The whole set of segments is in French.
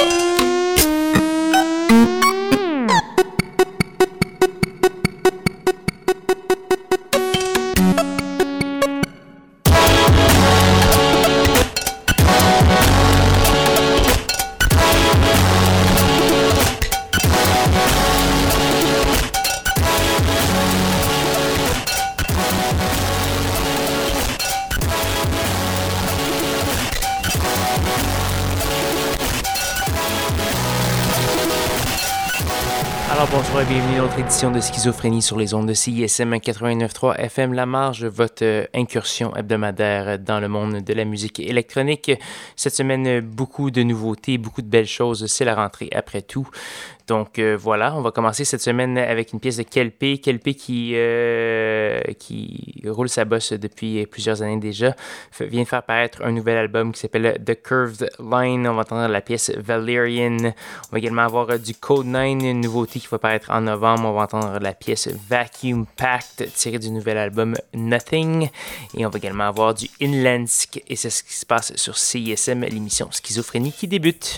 Alors bonjour et bienvenue à une autre édition de Schizophrénie sur les ondes de CISM 89.3 FM La Marge, votre incursion hebdomadaire dans le monde de la musique électronique. Cette semaine, beaucoup de nouveautés, beaucoup de belles choses, c'est la rentrée après tout. Donc voilà, on va commencer cette semaine avec une pièce de Kelpé qui roule sa bosse depuis plusieurs années déjà, vient de faire paraître un nouvel album qui s'appelle The Curved Line. On va entendre la pièce Valerian. On va également avoir du Code 9, une nouveauté qui va paraître en novembre. On va entendre la pièce Vacuum Pact tirée du nouvel album Nothing. Et on va également avoir du Inlandsk. Et c'est ce qui se passe sur CISM, l'émission Schizophrénie qui débute.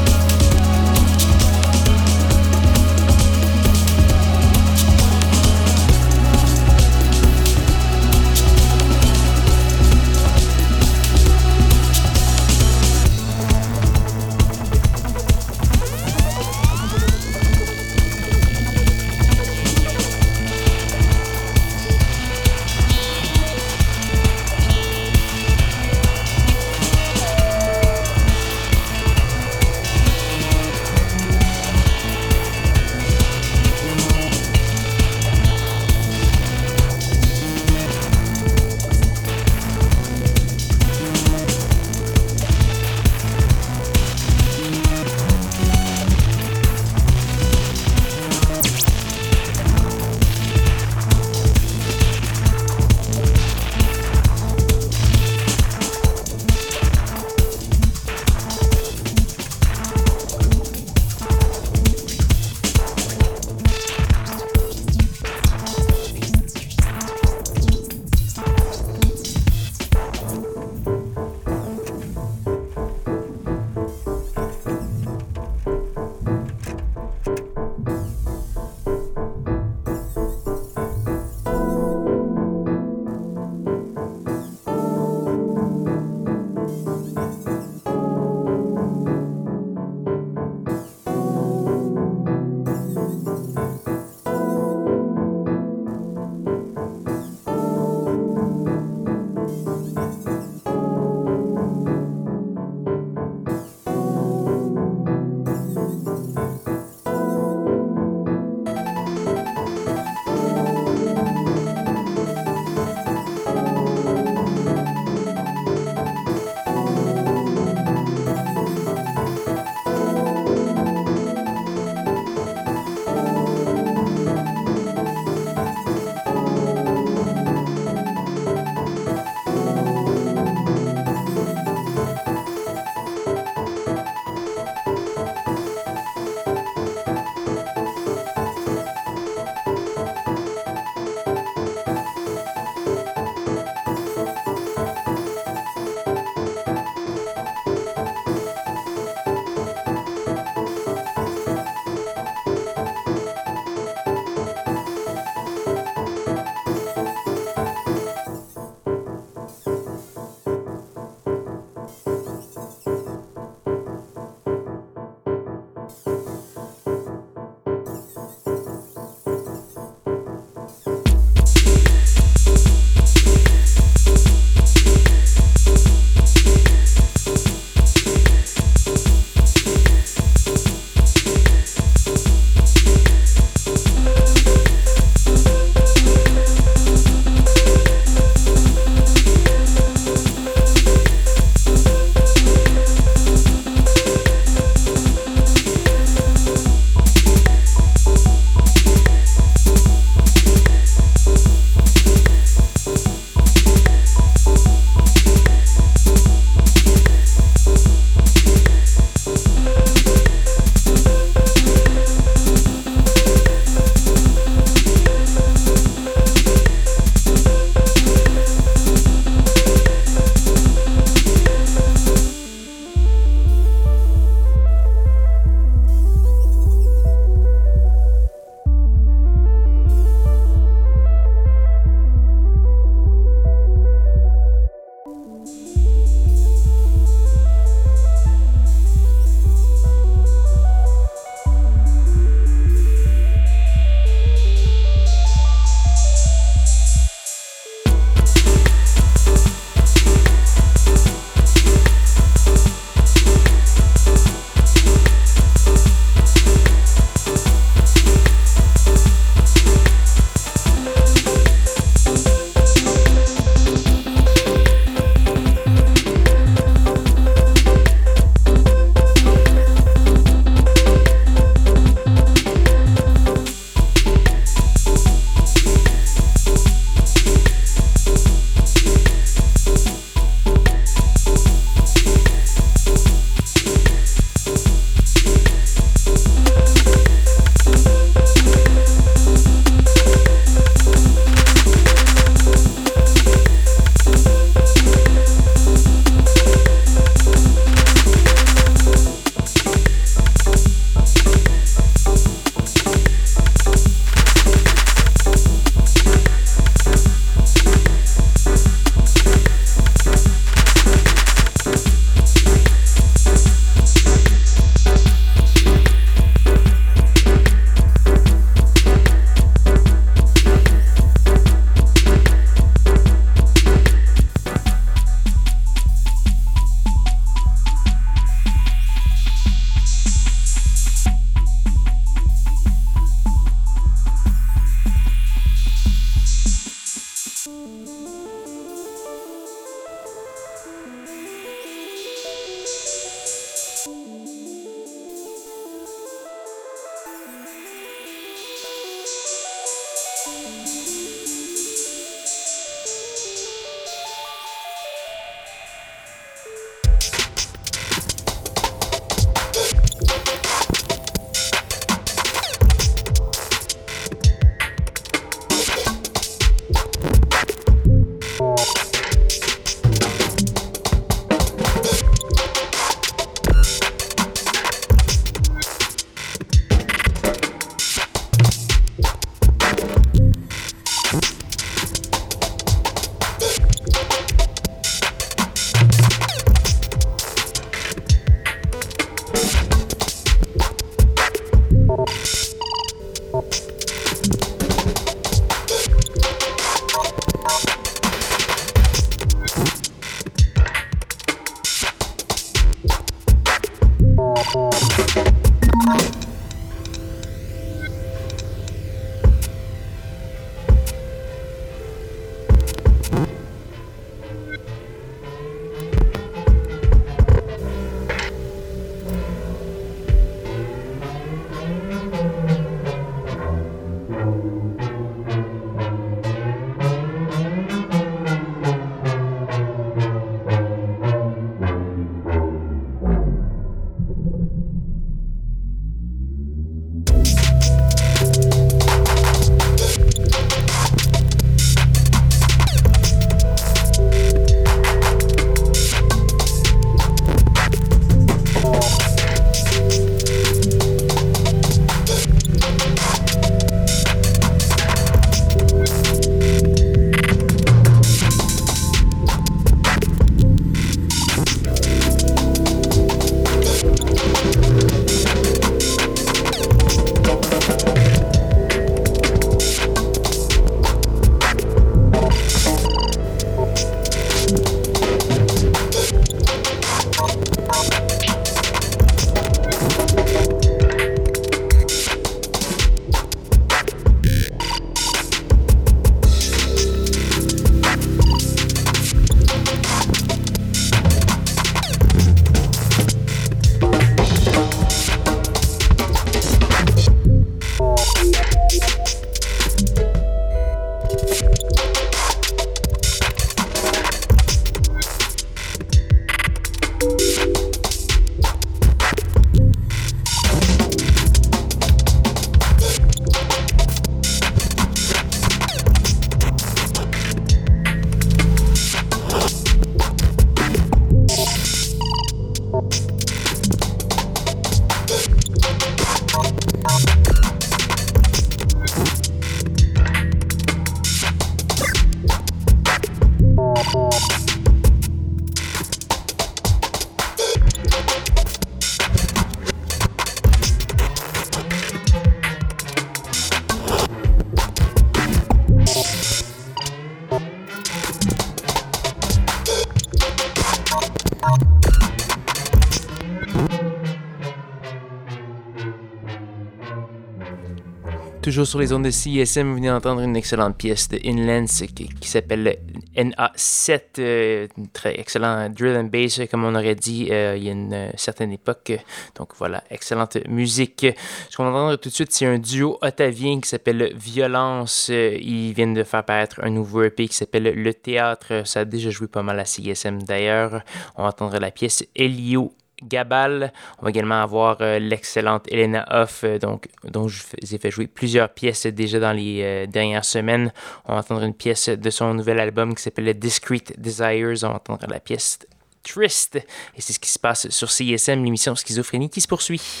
toujours sur les ondes de CISM, vous venez d'entendre une excellente pièce de Inlance qui s'appelle NA7, très excellent drill and bass, comme on aurait dit il y a une certaine époque. Donc voilà, excellente musique. Ce qu'on va entendre tout de suite, c'est un duo ottavien qui s'appelle Violence. Ils viennent de faire paraître un nouveau EP qui s'appelle Le Théâtre. Ça a déjà joué pas mal à CISM d'ailleurs. On va entendre la pièce Elio Gabal. On va également avoir l'excellente Elena Hoff, dont je vous ai fait jouer plusieurs pièces déjà dans les dernières semaines. On va entendre une pièce de son nouvel album qui s'appelle Discrete Desires. On va entendre la pièce Trist. Et c'est ce qui se passe sur CISM, l'émission Schizophrénie qui se poursuit.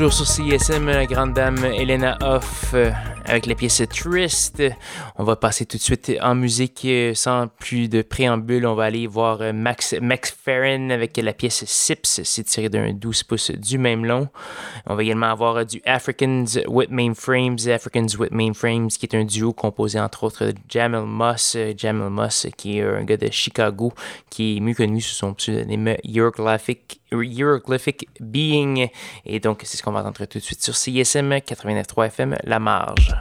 toujours sur CISM, la grande dame Elena Hoff avec la pièce Trist. On va passer tout de suite en musique sans plus de préambule. On va aller voir Max Farren avec la pièce Sips. C'est tiré d'un 12 pouces du même long. On va également avoir du Africans with Mainframes. Africans with Mainframes qui est un duo composé entre autres de Jamel Moss. Jamel Moss qui est un gars de Chicago qui est mieux connu sous son pseudonyme Hieroglyphic Being. Et donc, c'est ce qu'on va entendre tout de suite sur CISM 89.3 FM, La Marge.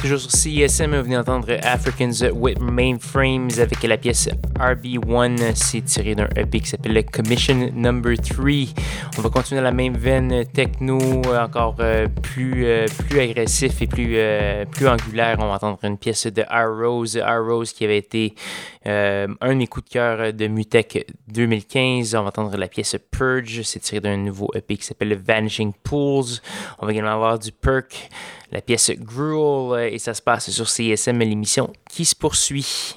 Toujours sur CISM, vous venez d'entendre Africans with Mainframes avec la pièce RB1. C'est tiré d'un EP qui s'appelle Commission Number 3. On va continuer dans la même veine techno, encore plus agressif et plus angulaire. On va entendre une pièce de R-Rose qui avait été un de mes coups de cœur de Mutech 2015. On va entendre la pièce Purge. C'est tiré d'un nouveau EP qui s'appelle Vanishing Pools. On va également avoir du Perk, la pièce Gruel, et ça se passe sur CSM, l'émission qui se poursuit.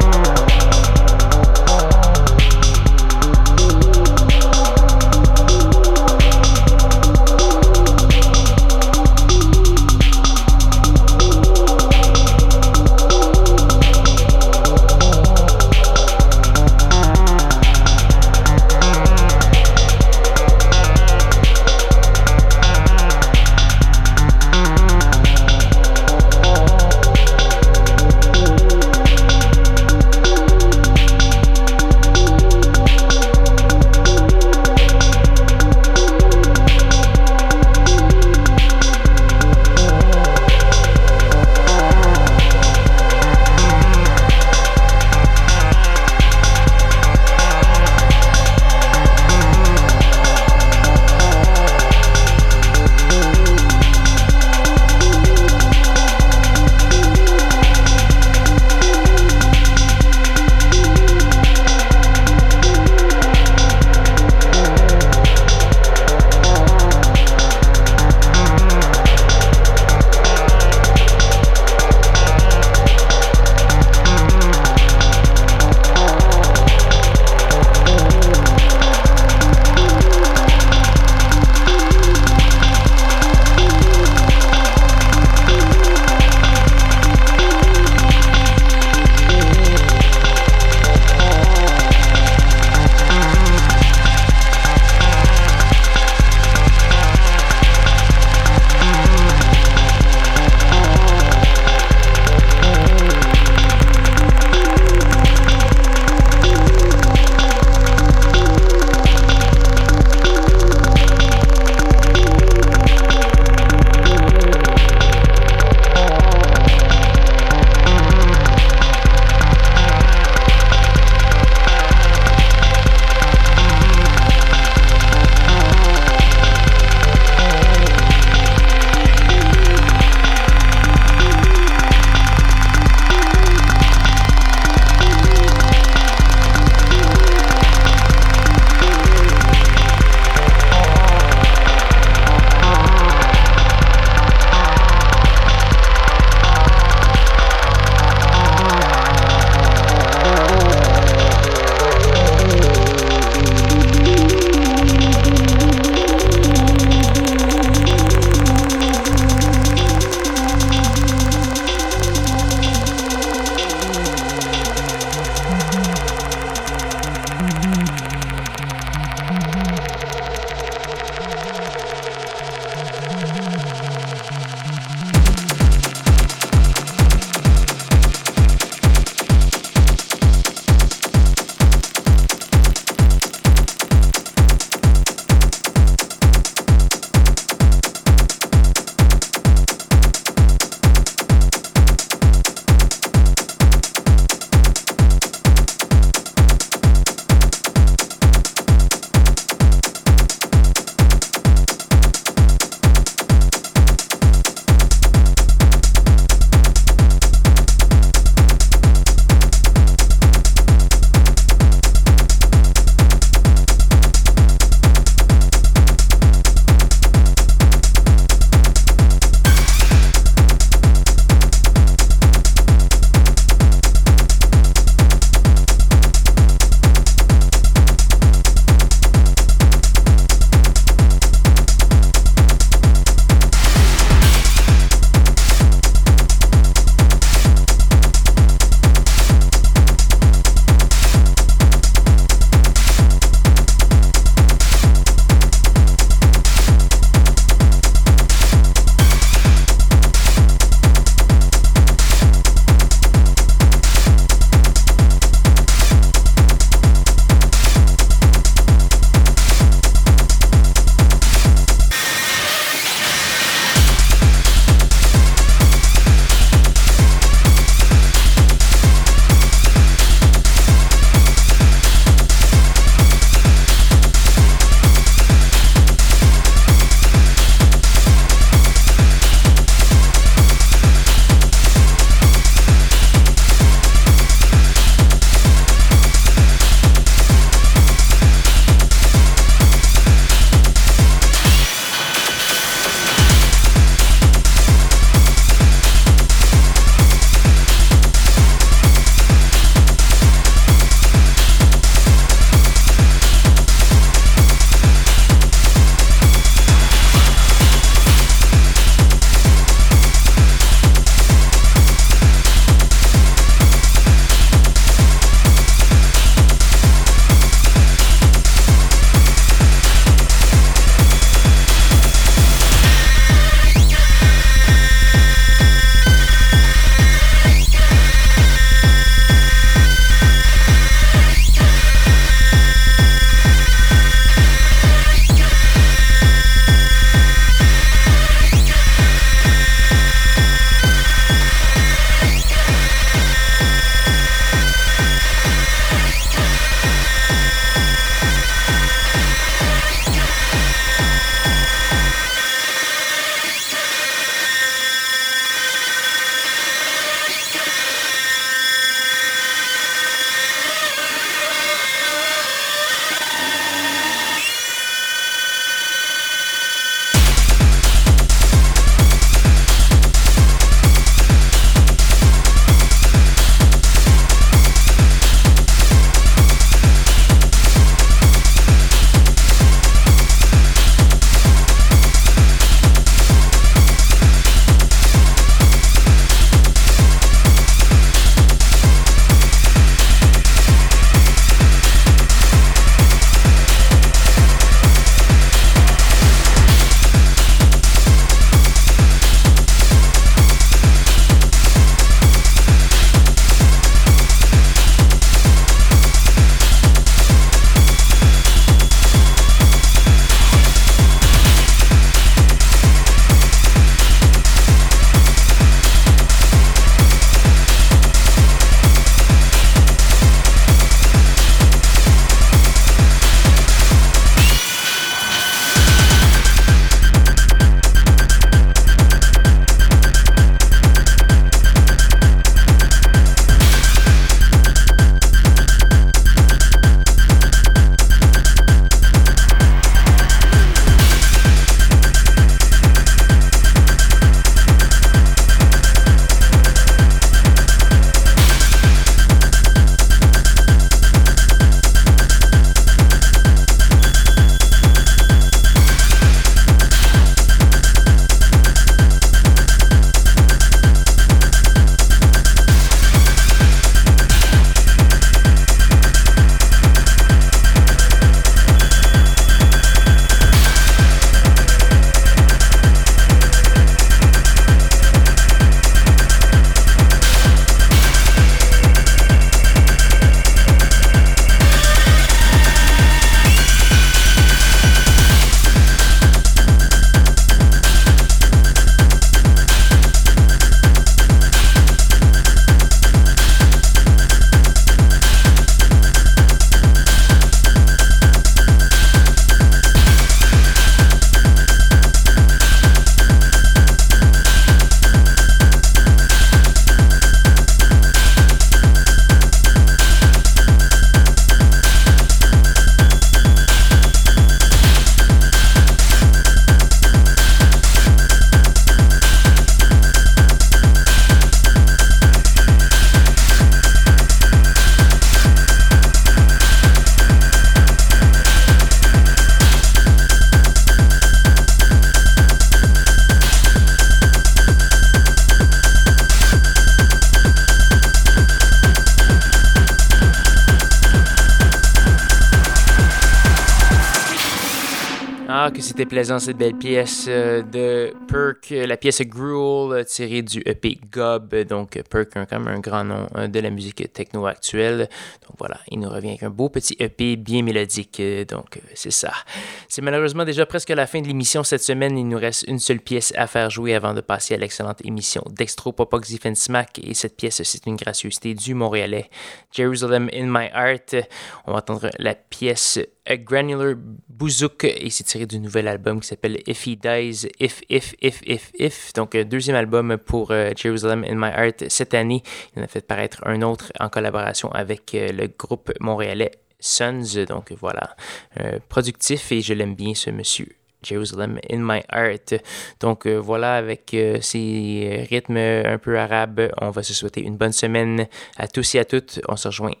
Ah, que c'était plaisant cette belle pièce de Perk, la pièce Gruel tirée du EP Gob. Donc Perk, quand même un grand nom de la musique techno actuelle. Donc voilà, il nous revient avec un beau petit EP bien mélodique. Donc c'est ça. C'est malheureusement déjà presque la fin de l'émission cette semaine. Il nous reste une seule pièce à faire jouer avant de passer à l'excellente émission Dextro Popox Smack. Et cette pièce, c'est une gracieuseté du Montréalais Jerusalem in My Heart. On va entendre la pièce A Granular Bouzouk et c'est tiré du nouvel album qui s'appelle If He Dies, If. Donc, deuxième album pour Jerusalem in My Heart cette année. Il en a fait paraître un autre en collaboration avec le groupe montréalais Sons. Donc, voilà, productif et je l'aime bien ce monsieur. Jerusalem in My Heart. Donc voilà, avec ces rythmes un peu arabes, on va se souhaiter une bonne semaine à tous et à toutes. On se rejoint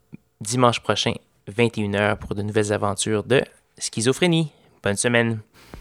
dimanche prochain, 21h, pour de nouvelles aventures de schizophrénie. Bonne semaine!